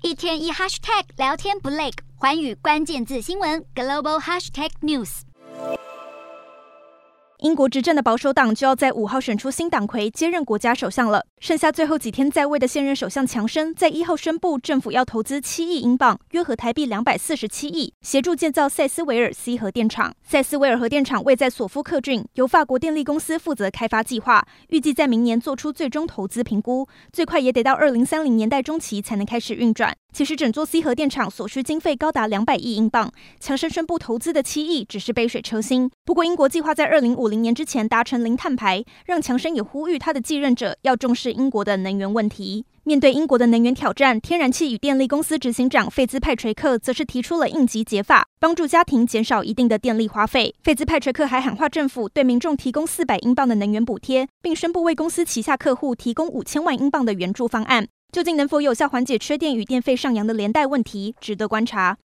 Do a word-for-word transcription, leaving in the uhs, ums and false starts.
一天一 hashtag 聊天不累，寰宇关键字新闻 global hashtag news。 英国执政的保守党就要在五号选出新党魁接任国家首相了。剩下最后几天在位的现任首相强生，在一号宣布政府要投资七亿英镑，约合台币两百四十七亿，协助建造塞斯维尔 C 核电厂。塞斯维尔核电厂位在索夫克郡，由法国电力公司负责开发计划，预计在明年做出最终投资评估，最快也得到二零三零年代中期才能开始运转。其实整座 C 核电厂所需经费高达两百亿英镑，强生宣布投资的七亿只是杯水车薪。不过英国计划在二零五零年之前达成零碳排，让强生也呼吁他的继任者要重视英国的能源问题。面对英国的能源挑战，天然气与电力公司执行长费兹派垂克则是提出了应急解法，帮助家庭减少一定的电力花费。费兹派垂克还喊话政府对民众提供四百英镑的能源补贴，并宣布为公司旗下客户提供五千万英镑的援助方案。究竟能否有效缓解缺电与电费上扬的连带问题，值得观察。